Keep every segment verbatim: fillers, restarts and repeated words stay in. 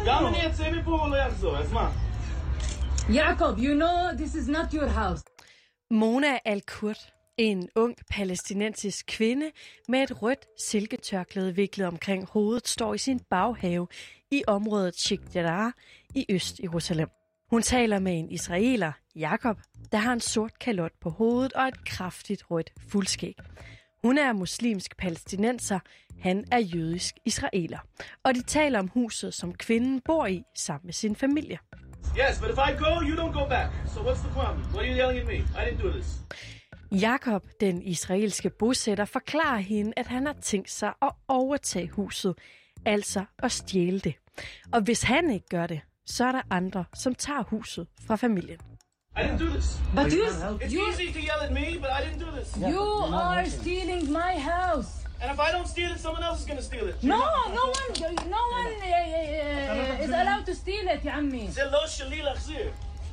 Jacob, you know this is not your house. Mona Al-Kurt, en ung palæstinensisk kvinde med et rødt silketørklæde viklet omkring hovedet, står i sin baghave i området Sheikh Jarrah i Øst-Jerusalem. Hun taler med en israeler, Jacob, der har en sort kalot på hovedet og et kraftigt rødt fuldskæg. Hun er muslimsk palæstinenser, han er jødisk israeler. Og de taler om huset, som kvinden bor i sammen med sin familie. Yes, but if I go, you don't go back. So what's the problem? Why are you yelling at me? I didn't do this. Jakob, den israelske bosætter, forklarer hende, at han har tænkt sig at overtage huset, altså at stjæle det. Og hvis han ikke gør det, så er der andre, som tager huset fra familien. I didn't do this. But you, It's you, easy to yell at me, but I didn't do this. you are stealing my house. And if I don't steal it, someone else is going to steal it. No, no one, no one uh, uh, is allowed to steal it, يا عمي. זה לא שלי להחזיר.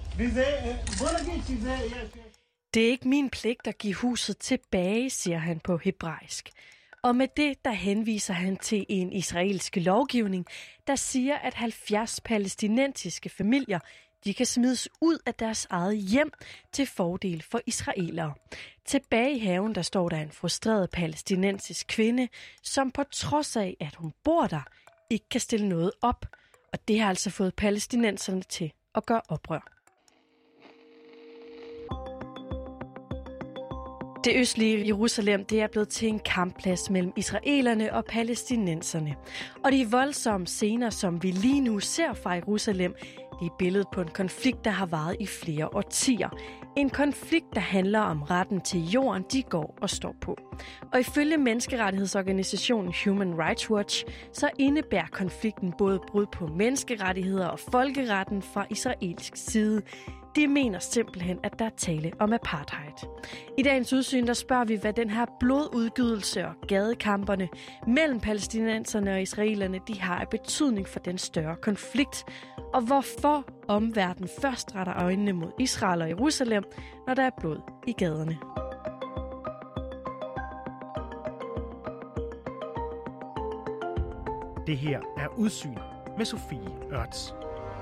Det er ikke min pligt at give huset tilbage, siger han på hebraisk. Og med det, der henviser han til en israelsk lovgivning, der siger, at halvfjerds palæstinensiske familier, de kan smides ud af deres eget hjem til fordel for israelere. Tilbage i haven, der står der en frustreret palæstinensisk kvinde, som på trods af, at hun bor der, ikke kan stille noget op. Og det har altså fået palæstinenserne til at gøre oprør. Det østlige Jerusalem, det er blevet til en kampplads mellem israelerne og palæstinenserne. Og de voldsomme scener, som vi lige nu ser fra Jerusalem, det er billedet på en konflikt, der har varet i flere årtier. En konflikt, der handler om retten til jorden, de går og står på. Og ifølge menneskerettighedsorganisationen Human Rights Watch, så indebærer konflikten både brud på menneskerettigheder og folkeretten fra israelsk side. De mener simpelthen, at der er tale om apartheid. I dagens udsyn, der spørger vi, hvad den her blodudgydelse og gadekamperne mellem palæstinenserne og israelerne, de har af betydning for den større konflikt. Og hvorfor omverdenen først retter øjnene mod Israel og Jerusalem, når der er blod i gaderne. Det her er Udsyn med Sofie Ørts.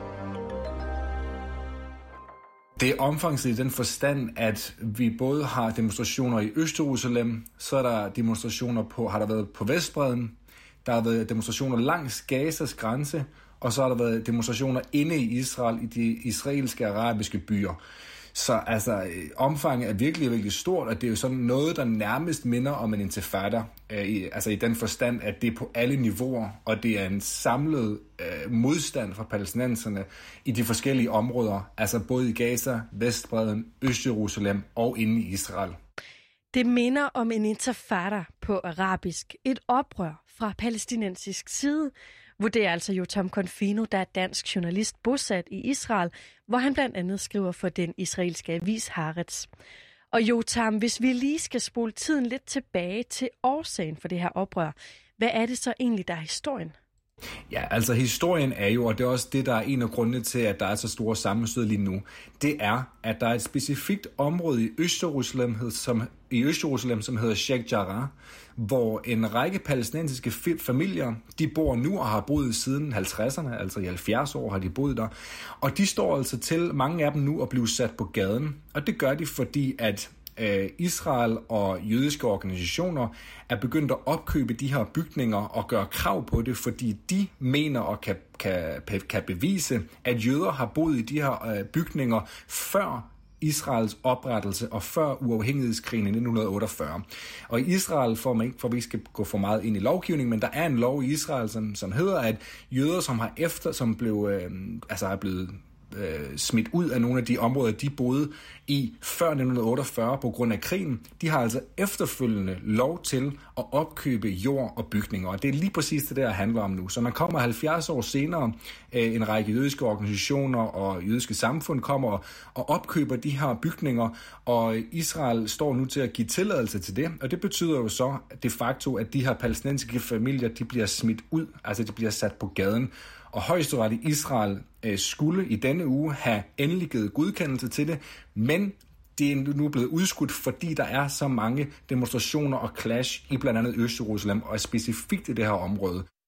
Det er omfangsrigt i den forstand, at vi både har demonstrationer i Øst-Jerusalem, så er der demonstrationer på, har der været på Vestbredden, der har været demonstrationer langs Gazas grænse, og så har der været demonstrationer inde i Israel, i de israelske arabiske byer. Så altså, omfanget er virkelig, virkelig stort, og det er jo sådan noget, der nærmest minder om en intifada, øh, i, altså i den forstand, at det er på alle niveauer, og det er en samlet øh, modstand fra palæstinenserne i de forskellige områder, altså både i Gaza, Vestbredden, Øst-Jerusalem og inde i Israel. Det minder om en intifada på arabisk, et oprør fra palæstinensisk side, vurderer altså Yotam Confino, der er dansk journalist bosat i Israel, hvor han blandt andet skriver for den israelske avis Haaretz. Og Yotam, hvis vi lige skal spole tiden lidt tilbage til årsagen for det her oprør, hvad er det så egentlig, der er historien? Ja, altså historien er jo, og det er også det, der er en af grundene til, at der er så store sammenstød lige nu, det er, at der er et specifikt område i Øst-Jerusalem, som, i Øst-Jerusalem, som hedder Sheikh Jarrah, hvor en række palæstinensiske familier, de bor nu og har boet siden halvtredserne, altså i halvfjerds år har de boet der, og de står altså til, mange af dem nu, at blive sat på gaden, og det gør de, fordi at Israel og jødiske organisationer er begyndt at opkøbe de her bygninger og gøre krav på det, fordi de mener og kan, kan, kan bevise, at jøder har boet i de her bygninger før Israels oprettelse og før uafhængighedskrigen i nitten otteogfyrre. Og i Israel, for, man ikke, for vi ikke skal gå for meget ind i lovgivningen, men der er en lov i Israel, som, som hedder, at jøder, som har efter, som blev, øh, altså er blevet øh, smidt ud af nogle af de områder, de boede i før nitten otteogfyrre på grund af krigen, de har altså efterfølgende lov til at opkøbe jord og bygninger. Og det er lige præcis det, der handler om nu. Så man kommer halvfjerds år senere, øh, en række jødiske organisationer og jødiske samfund kommer og opkøber de her bygninger, og Israel står nu til at give tilladelse til det. Og det betyder jo så de facto, at de her palæstinensiske familier, de bliver smidt ud, altså de bliver sat på gaden. Og højesteret i Israel øh, skulle i denne uge have endelig givet godkendelse til det, men det er nu blevet udskudt, fordi der er så mange demonstrationer og clash i blandt andet Øst-Jerusalem, og specifikt i det her område.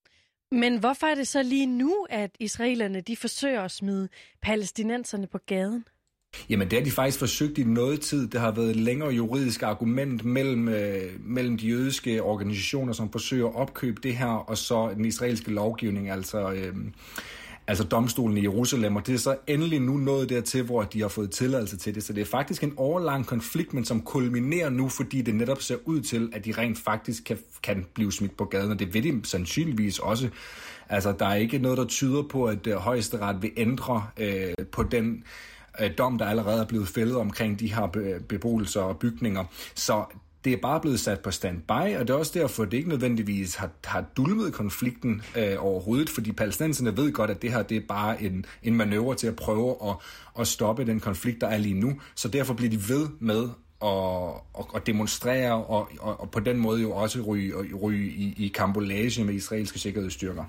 Men hvorfor er det så lige nu, at israelerne de forsøger at smide palæstinenserne på gaden? Jamen det har de faktisk forsøgt i noget tid. Det har været et længere juridisk argument mellem, øh, mellem de jødiske organisationer, som forsøger at opkøbe det her, og så den israelske lovgivning, altså, øh, altså domstolen i Jerusalem. Og det er så endelig nu nået dertil, hvor de har fået tilladelse til det. Så det er faktisk en overlang konflikt, men som kulminerer nu, fordi det netop ser ud til, at de rent faktisk kan, kan blive smidt på gaden. Og det vil de sandsynligvis også. Altså der er ikke noget, der tyder på, at uh, højesteret vil ændre øh, på den dom, der allerede er blevet fældet omkring de her beboelser og bygninger. Så det er bare blevet sat på standby, og det er også derfor, at det ikke nødvendigvis har, har dulmet konflikten øh, overhovedet, fordi palæstinenserne ved godt, at det her det er bare en, en manøvre til at prøve at, at stoppe den konflikt, der er lige nu. Så derfor bliver de ved med at, at, at demonstrere og, og, og på den måde jo også ryge, ryge i, i karambolage med israelske sikkerhedsstyrker.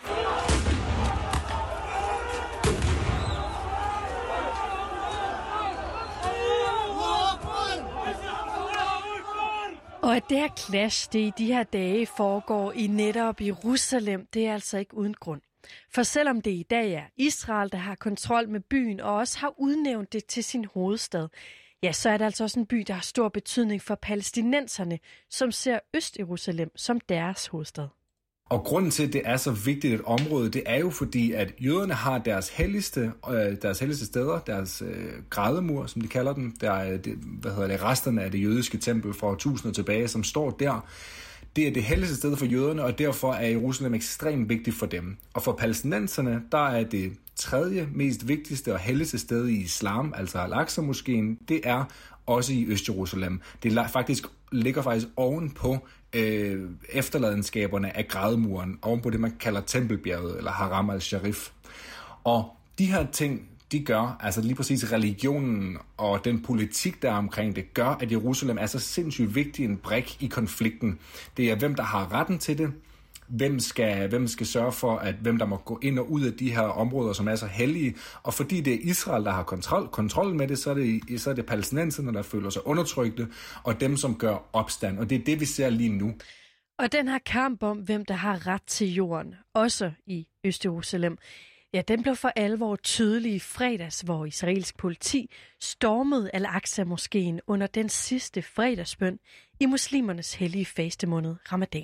Og at det her clash, det i de her dage foregår i netop Jerusalem, det er altså ikke uden grund. For selvom det i dag er Israel, der har kontrol med byen og også har udnævnt det til sin hovedstad, ja, så er det altså også en by, der har stor betydning for palæstinenserne, som ser Øst-Jerusalem som deres hovedstad. Og grunden til, at det er så vigtigt et område, det er jo fordi, at jøderne har deres helligste, øh, deres helligste steder, deres øh, grædemur, som de kalder dem, der er det, hvad hedder det, resterne af det jødiske tempel fra tusinder tilbage, som står der. Det er det helligste sted for jøderne, og derfor er Jerusalem ekstremt vigtigt for dem. Og for palæstinenserne, der er det tredje mest vigtigste og helligste sted i islam, altså Al-Aqsa-moskeen, det er også i Øst-Jerusalem. Det er faktisk, ligger faktisk oven på øh, efterladenskaberne af grædemuren, oven på det, man kalder Tempelbjerget, eller Haram al-Sharif. Og de her ting, de gør, altså lige præcis religionen og den politik, der er omkring det, gør, at Jerusalem er så sindssygt vigtig en brik i konflikten. Det er, hvem der har retten til det, hvem skal, hvem skal sørge for, at hvem der må gå ind og ud af de her områder, som er så hellige. Og fordi det er Israel, der har kontrol, kontrol med det, så er det, så er det palæstinenserne, der føler sig undertrykte, og dem, som gør opstand. Og det er det, vi ser lige nu. Og den her kamp om, hvem der har ret til jorden, også i Øst-Jerusalem, ja, den blev for alvor tydelig i fredags, hvor israelsk politi stormede Al-Aqsa-moskeen under den sidste fredagsbøn i muslimernes hellige fastemåned Ramadan.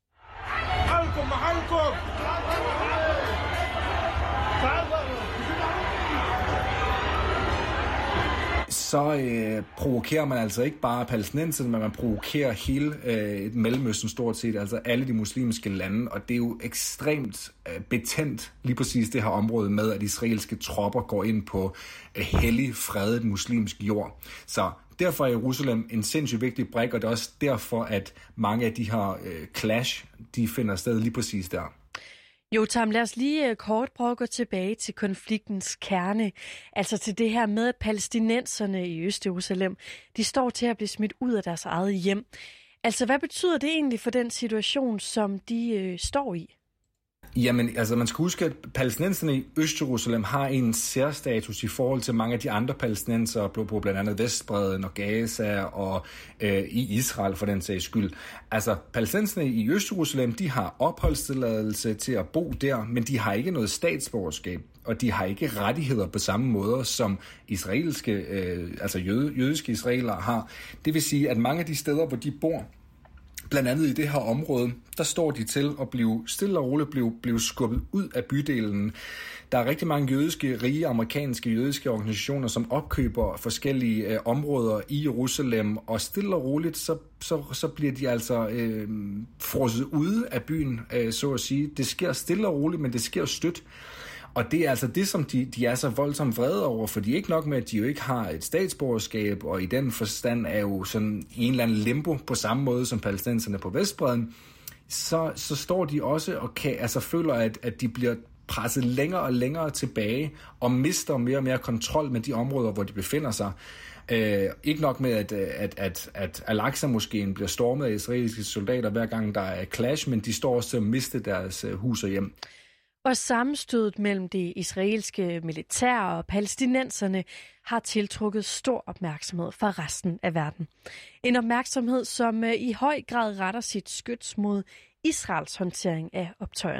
Så øh, provokerer man altså ikke bare palæstinenserne, men man provokerer hele øh, Mellemøsten stort set, altså alle de muslimske lande, og det er jo ekstremt øh, betændt lige præcis det her område med, at israelske tropper går ind på øh, hellig, fredet muslimsk jord. Så derfor er Jerusalem en sindssygt vigtig brik, og det er også derfor, at mange af de her øh, clash, de finder sted lige præcis der. Jo, Tam, lad os lige kort prøve at gå tilbage til konfliktens kerne. Altså til det her med, at palæstinenserne i Øst-Jerusalem, de står til at blive smidt ud af deres eget hjem. Altså, hvad betyder det egentlig for den situation, som de øh, står i? Jamen, altså man skal huske, at palæstinenserne i Øst-Jerusalem har en særstatus i forhold til mange af de andre palæstinenser på blandt andet Vestbredden og Gaza og øh, i Israel for den sags skyld. Altså, palæstinenserne i Øst-Jerusalem, de har opholdstilladelse til at bo der, men de har ikke noget statsborgerskab, og de har ikke rettigheder på samme måde, som israelske, øh, altså jød, jødiske israelere har. Det vil sige, at mange af de steder, hvor de bor, blandt andet i det her område, der står de til at blive stille og roligt blive, blive skubbet ud af bydelen. Der er rigtig mange jødiske, rige amerikanske jødiske organisationer, som opkøber forskellige øh, områder i Jerusalem, og stille og roligt, så, så, så bliver de altså øh, frosset ude af byen, øh, så at sige. Det sker stille og roligt, men det sker stødt. Og det er altså det, som de, de er så voldsomt vrede over, fordi ikke nok med, at de jo ikke har et statsborgerskab, og i den forstand er jo sådan i en eller anden limbo på samme måde som palæstinenserne på Vestbredden, så, så står de også og kan, altså føler, at, at de bliver presset længere og længere tilbage, og mister mere og mere kontrol med de områder, hvor de befinder sig. Øh, ikke nok med, at, at, at, at Al-Aqsa-moskeen bliver stormet af israelske soldater, hver gang der er clash, men de står også til at miste deres hus og hjem. Og sammenstødet mellem det israelske militær og palæstinenserne har tiltrukket stor opmærksomhed fra resten af verden. En opmærksomhed, som i høj grad retter sit skyts mod Israels håndtering af optøjerne.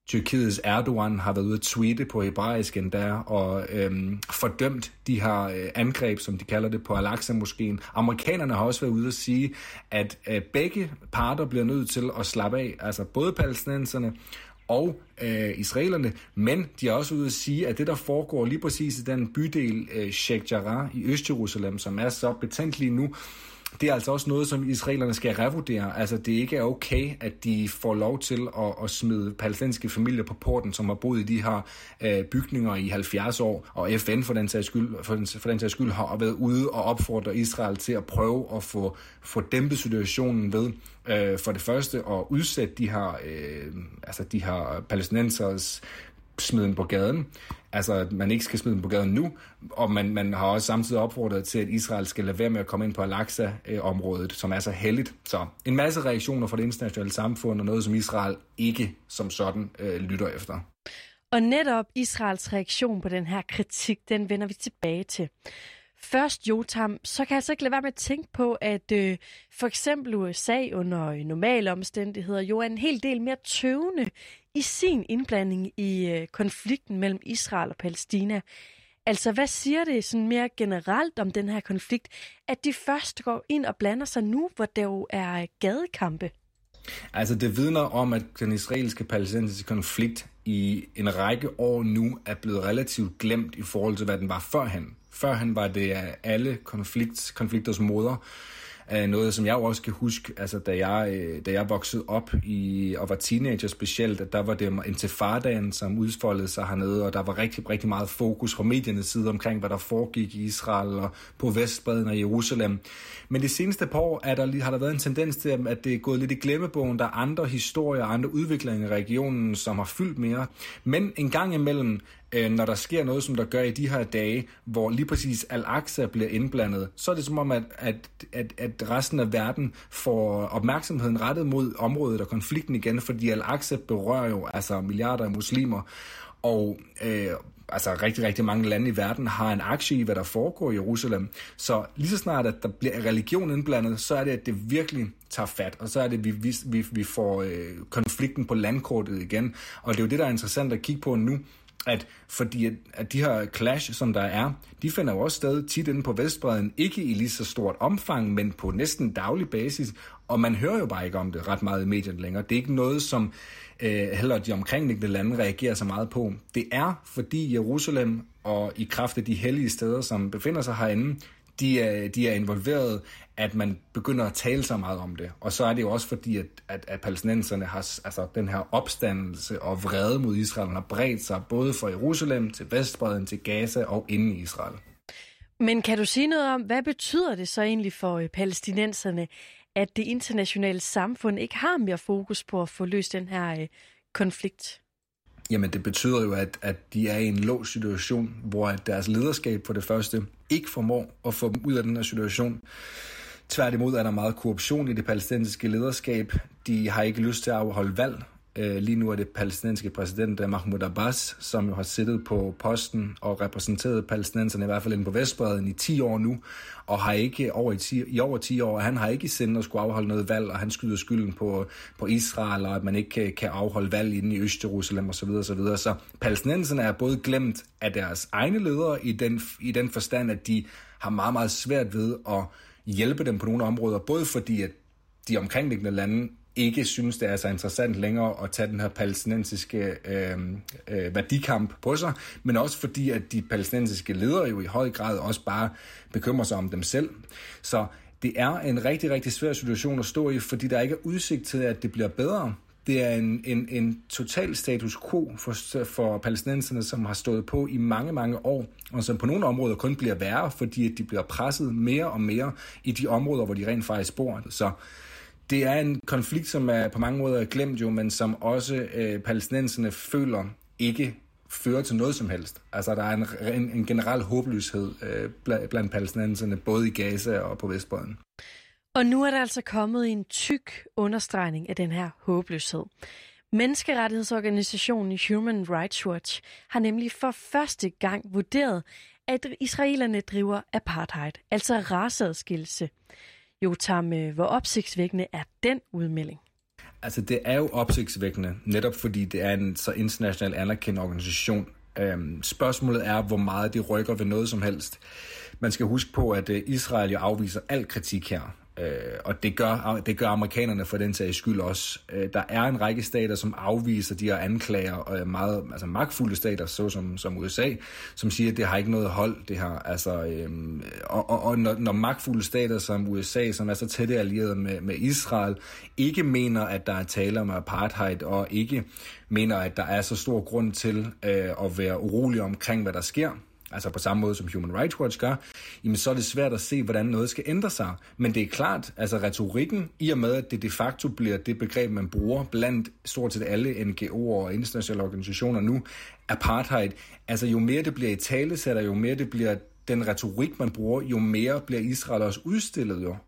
Tyrkiets Erdogan har været ude at tweete på hebraisk endda og øhm, fordømt de her øh, angreb, som de kalder det, på Al-Aqsa-moskeen. Amerikanerne har også været ude at sige, at øh, begge parter bliver nødt til at slappe af, altså både palæstinenserne og øh, israelerne, men de er også ude at sige, at det, der foregår lige præcis i den bydel øh, Sheikh Jarrah i Øst-Jerusalem, som er så betænkelig nu, det er altså også noget, som israelerne skal revurdere. Altså, det ikke er okay, at de får lov til at, at smide palæstinensiske familier på porten, som har boet i de her øh, bygninger i halvfjerds år, og F N for den sags skyld, for den, for den sags skyld har været ude og opfordre Israel til at prøve at få, få dæmpet situationen ved øh, for det første at udsætte de her, øh, altså de her palæstinensers smide dem på gaden. Altså, at man ikke skal smide dem på gaden nu, og man, man har også samtidig opfordret til, at Israel skal lade være med at komme ind på Al-Aqsa-området, som er så helligt. Så en masse reaktioner fra det internationale samfund, og noget, som Israel ikke som sådan øh, lytter efter. Og netop Israels reaktion på den her kritik, den vender vi tilbage til. Først, Jotam, så kan jeg så ikke lade være med at tænke på, at øh, for eksempel U S A under normale omstændigheder jo er en hel del mere tøvende i sin indblanding i øh, konflikten mellem Israel og Palæstina. Altså, hvad siger det sådan mere generelt om den her konflikt, at de først går ind og blander sig nu, hvor der jo er gadekampe? Altså, det vidner om, at den israelske-palæstinensiske konflikt i en række år nu er blevet relativt glemt i forhold til, hvad den var førhen. Førhen var det alle konflikt, konflikters moder. Noget, som jeg jo også kan huske, altså da jeg, da jeg voksede op i, og var teenager specielt, at der var det intifadaen, som udfoldede sig hernede, og der var rigtig, rigtig meget fokus fra mediernes side omkring, hvad der foregik i Israel og på Vestbredden og Jerusalem. Men de seneste par år er der, har der været en tendens til, at det er gået lidt i glemmebogen. Der er andre historier og andre udviklinger i regionen, som har fyldt mere. Men en gang imellem, når der sker noget, som der gør i de her dage, hvor lige præcis Al-Aqsa bliver indblandet, så er det som om, at, at, at, at resten af verden får opmærksomheden rettet mod området og konflikten igen, fordi Al-Aqsa berører jo altså milliarder af muslimer, og øh, altså rigtig, rigtig mange lande i verden har en aktie i, hvad der foregår i Jerusalem. Så lige så snart, at der bliver religion indblandet, så er det, at det virkelig tager fat, og så er det, at vi, vi, vi får øh, konflikten på landkortet igen. Og det er jo det, der er interessant at kigge på nu, at fordi at, at de her clash, som der er, de finder jo også stadig tit inde på Vestbredden, ikke i lige så stort omfang, men på næsten daglig basis, og man hører jo bare ikke om det ret meget i medierne længere. Det er ikke noget, som øh, heller de omkringliggende lande reagerer så meget på. Det er, fordi Jerusalem og i kraft af de hellige steder, som befinder sig herinde, de er, de er involveret, at man begynder at tale så meget om det. Og så er det jo også fordi, at, at, at palæstinenserne har altså, den her opstandelse og vrede mod Israel har bredt sig både fra Jerusalem til Vestbredden til Gaza og inde i Israel. Men kan du sige noget om, hvad betyder det så egentlig for palæstinenserne, at det internationale samfund ikke har mere fokus på at få løst den her øh, konflikt? Jamen det betyder jo, at, at de er i en låst situation, hvor deres lederskab for det første ikke formår at få dem ud af den her situation. Tværtimod er der meget korruption i det palæstinensiske lederskab. De har ikke lyst til at afholde valg. Lige nu er det palæstinensiske præsident Mahmoud Abbas, som jo har siddet på posten og repræsenteret palæstinenserne i hvert fald inde på Vestbredden i ti år nu, og har ikke over i, ti, i over ti år, han har ikke i sinde at skulle afholde noget valg, og han skyder skylden på, på Israel, og at man ikke kan, kan afholde valg inde i Øst-Jerusalem osv. osv. Så palæstinenserne er både glemt af deres egne ledere i den, i den forstand, at de har meget, meget svært ved at hjælpe dem på nogle områder, både fordi at de omkringliggende lande ikke synes, det er så interessant længere at tage den her palæstinensiske øh, øh, værdikamp på sig, men også fordi, at de palæstinensiske ledere jo i høj grad også bare bekymrer sig om dem selv. Så det er en rigtig, rigtig svær situation at stå i, fordi der ikke er udsigt til, at det bliver bedre. Det er en, en, en total status quo for, for palæstinenserne, som har stået på i mange, mange år, og som på nogle områder kun bliver værre, fordi de bliver presset mere og mere i de områder, hvor de rent faktisk bor. Så det er en konflikt, som er på mange måder glemt jo, men som også øh, palæstinenserne føler ikke fører til noget som helst. Altså der er en, en, en generel håbløshed øh, blandt palæstinenserne, både i Gaza og på Vestbredden. Og nu er der altså kommet en tyk understregning af den her håbløshed. Menneskerettighedsorganisationen Human Rights Watch har nemlig for første gang vurderet, at israelerne driver apartheid, altså raceadskillelse. Jotam, hvor opsigtsvækkende er den udmelding? Altså, det er jo opsigtsvækkende, netop fordi det er en så internationalt anerkendt organisation. Øhm, spørgsmålet er, hvor meget de rykker ved noget som helst. Man skal huske på, at Israel jo afviser al kritik her. Øh, og det gør, det gør amerikanerne for den sags skyld også. Øh, der er en række stater, som afviser de her anklager, øh, meget altså magtfulde stater, såsom som U S A, som siger, at det har ikke noget hold, det her. Altså, øh, og og, og når, når magtfulde stater som U S A, som er så tætte allieret med, med Israel, ikke mener, at der er tale om apartheid, og ikke mener, at der er så stor grund til øh, at være urolig omkring, hvad der sker, altså på samme måde som Human Rights Watch gør, jamen så er det svært at se, hvordan noget skal ændre sig. Men det er klart, altså retorikken, i og med, at det de facto bliver det begreb, man bruger blandt stort set alle N G O'er og internationale organisationer nu, apartheid, altså jo mere det bliver i talesætter, jo mere det bliver den retorik, man bruger, jo mere bliver Israel også udstillet jo.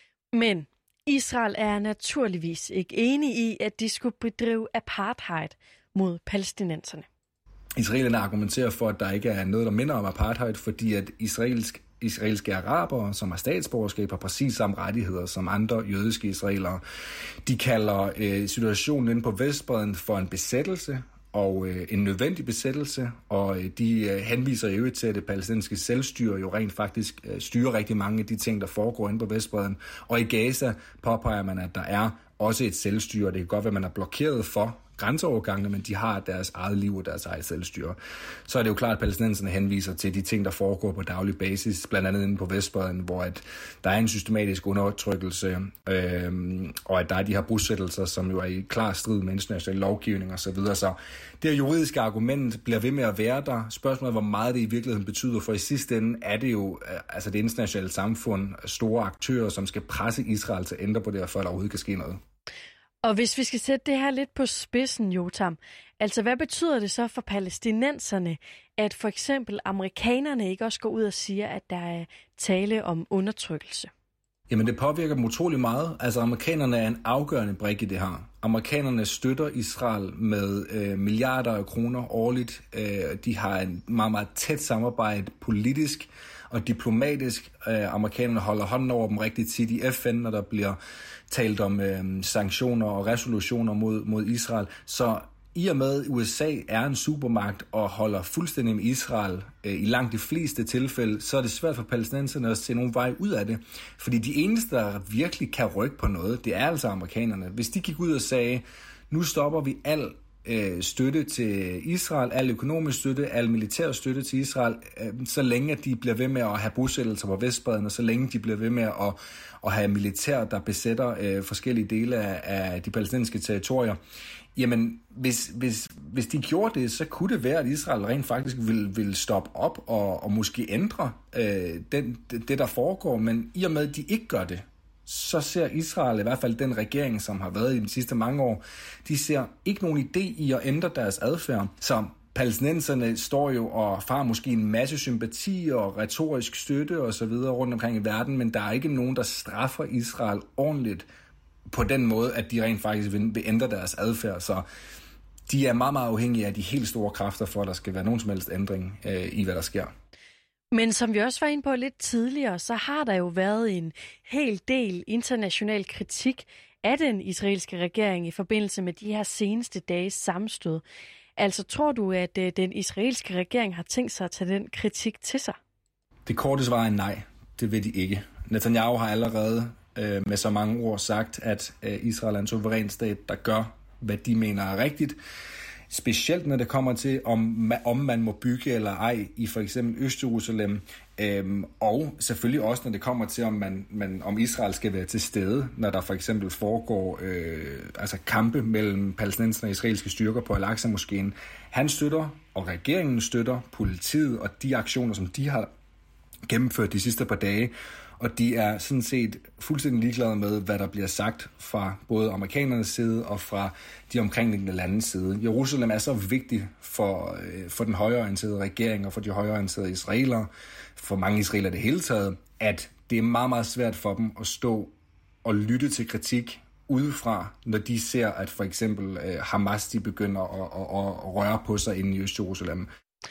Men Israel er naturligvis ikke enig i, at de skulle bedrive apartheid mod palæstinenserne. Israelerne argumenterer for, at der ikke er noget, der minder om apartheid, fordi at israelsk, israelske arabere, som har statsborgerskab, har præcis samme rettigheder som andre jødiske israelere. De kalder øh, situationen inde på Vestbredden for en besættelse, og øh, en nødvendig besættelse, og øh, de øh, henviser i øvrigt til, at det palæstinensiske selvstyre jo rent faktisk øh, styrer rigtig mange af de ting, der foregår inde på Vestbredden. Og i Gaza påpeger man, at der er også et selvstyre. Det kan godt være, at man er blokeret for grænseovergangene, men de har deres eget liv og deres eget selvstyre. Så er det jo klart, at palæstinenserne henviser til de ting, der foregår på daglig basis, blandt andet inde på Vestbredden, hvor at der er en systematisk undertrykkelse, øh, og at der er de her bosættelser, som jo er i klar strid med international lovgivning osv. Så, videre. Så det her juridiske argument bliver ved med at være der. Spørgsmålet er, hvor meget det i virkeligheden betyder, for i sidste ende er det jo altså det internationale samfund, store aktører, som skal presse Israel til at ændre på det her, for at der overhovedet kan ske noget. Og hvis vi skal sætte det her lidt på spidsen, Jotam, altså hvad betyder det så for palæstinenserne, at for eksempel amerikanerne ikke også går ud og siger, at der er tale om undertrykkelse? Jamen det påvirker dem utrolig meget. Altså amerikanerne er en afgørende brik i det her. Amerikanerne støtter Israel med øh, milliarder af kroner årligt. Øh, de har en meget, meget tæt samarbejde politisk og diplomatisk. Øh, amerikanerne holder hånden over dem rigtig tit i F N, når der bliver talt om øh, sanktioner og resolutioner mod, mod Israel. Så i og med U S A er en supermagt og holder fuldstændig med Israel øh, i langt de fleste tilfælde, så er det svært for palæstinenserne at se nogen vej ud af det. Fordi de eneste, der virkelig kan rykke på noget, det er altså amerikanerne. Hvis de gik ud og sagde, nu stopper vi al øh, støtte til Israel, al økonomisk støtte, al militær støtte til Israel, øh, så længe de bliver ved med at have bosættelser på Vestbredden, og så længe de bliver ved med at, at have militær, der besætter øh, forskellige dele af, af de palæstinensiske territorier, jamen, hvis, hvis, hvis de gjorde det, så kunne det være, at Israel rent faktisk ville, ville stoppe op og, og måske ændre øh, den, det, der foregår. Men i og med, at de ikke gør det, så ser Israel, i hvert fald den regering, som har været i de sidste mange år, de ser ikke nogen idé i at ændre deres adfærd. Så palæstinenserne står jo og får måske en masse sympati og retorisk støtte og så videre rundt omkring i verden, men der er ikke nogen, der straffer Israel ordentligt på den måde, at de rent faktisk vil, vil ændre deres adfærd. Så de er meget, meget afhængige af de helt store kræfter, for at der skal være nogen som helst ændring øh, i, hvad der sker. Men som vi også var inde på lidt tidligere, så har der jo været en hel del international kritik af den israelske regering i forbindelse med de her seneste dages sammenstød. Altså tror du, at øh, den israelske regering har tænkt sig at tage den kritik til sig? Det korte svar er nej. Det vil de ikke. Netanyahu har allerede med så mange ord sagt, at Israel er en suveræn stat, der gør, hvad de mener er rigtigt. Specielt når det kommer til, om, om man må bygge eller ej i for eksempel Øst-Jerusalem. Øhm, og selvfølgelig også, når det kommer til, om, man, man, om Israel skal være til stede, når der for eksempel foregår øh, altså kampe mellem palæstinenserne og israelske styrker på Al-Aqsa-moskeen. Han støtter, og regeringen støtter politiet og de aktioner, som de har gennemført de sidste par dage. Og de er sådan set fuldstændig ligeglade med, hvad der bliver sagt fra både amerikanernes side og fra de omkringliggende landes side. Jerusalem er så vigtig for, for den højreorienterede regering og for de højreorienterede israelere, for mange israelere det hele taget, at det er meget, meget svært for dem at stå og lytte til kritik udefra, når de ser, at for eksempel Hamas de begynder at, at, at røre på sig inde i Øst-Jerusalem.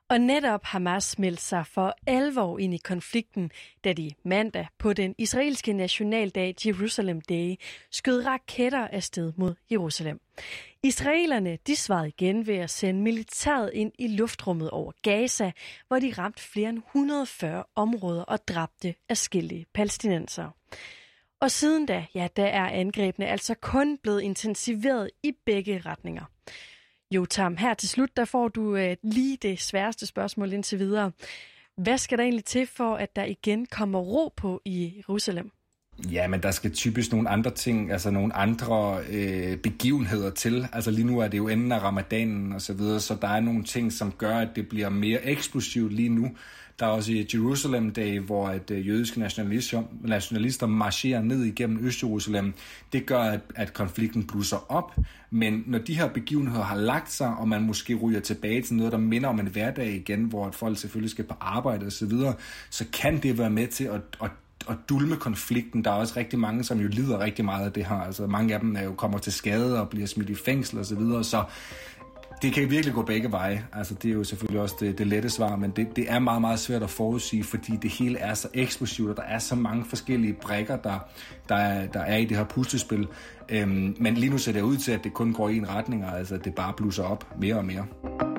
Og netop Hamas meldte sig for alvor ind i konflikten, da de mandag på den israelske nationaldag Jerusalem Day skød raketter afsted mod Jerusalem. Israelerne de svarede igen ved at sende militæret ind i luftrummet over Gaza, hvor de ramte flere end et hundrede og fyrre områder og dræbte adskillige palæstinensere. Og siden da, ja, der er angrebene altså kun blevet intensiveret i begge retninger. Jotam, her til slut, der får du øh, lige det sværeste spørgsmål indtil videre. Hvad skal der egentlig til for, at der igen kommer ro på i Jerusalem? Ja, men der skal typisk nogle andre ting, altså nogle andre øh, begivenheder til. Altså lige nu er det jo enden af ramadanen og så videre, så der er nogle ting, som gør, at det bliver mere eksplosivt lige nu. Der er også i Jerusalem Day, hvor at øh, jødiske nationalister, nationalister marcherer ned igennem Øst-Jerusalem. Det gør, at, at konflikten blusser op, men når de her begivenheder har lagt sig, og man måske ryger tilbage til noget, der minder om en hverdag igen, hvor folk selvfølgelig skal på arbejde og så videre, så kan det være med til at, at og dulme konflikten. Der er også rigtig mange, som jo lider rigtig meget af det her. Altså mange af dem er jo kommer til skade og bliver smidt i fængsel og så videre, så det kan virkelig gå begge veje. Altså det er jo selvfølgelig også det, det lette svar, men det, det er meget, meget svært at forudsige, fordi det hele er så eksplosivt, og der er så mange forskellige brikker, der, der, er, der er i det her puslespil. Øhm, men lige nu ser det ud til, at det kun går i en retning, og altså det bare blusser op mere og mere.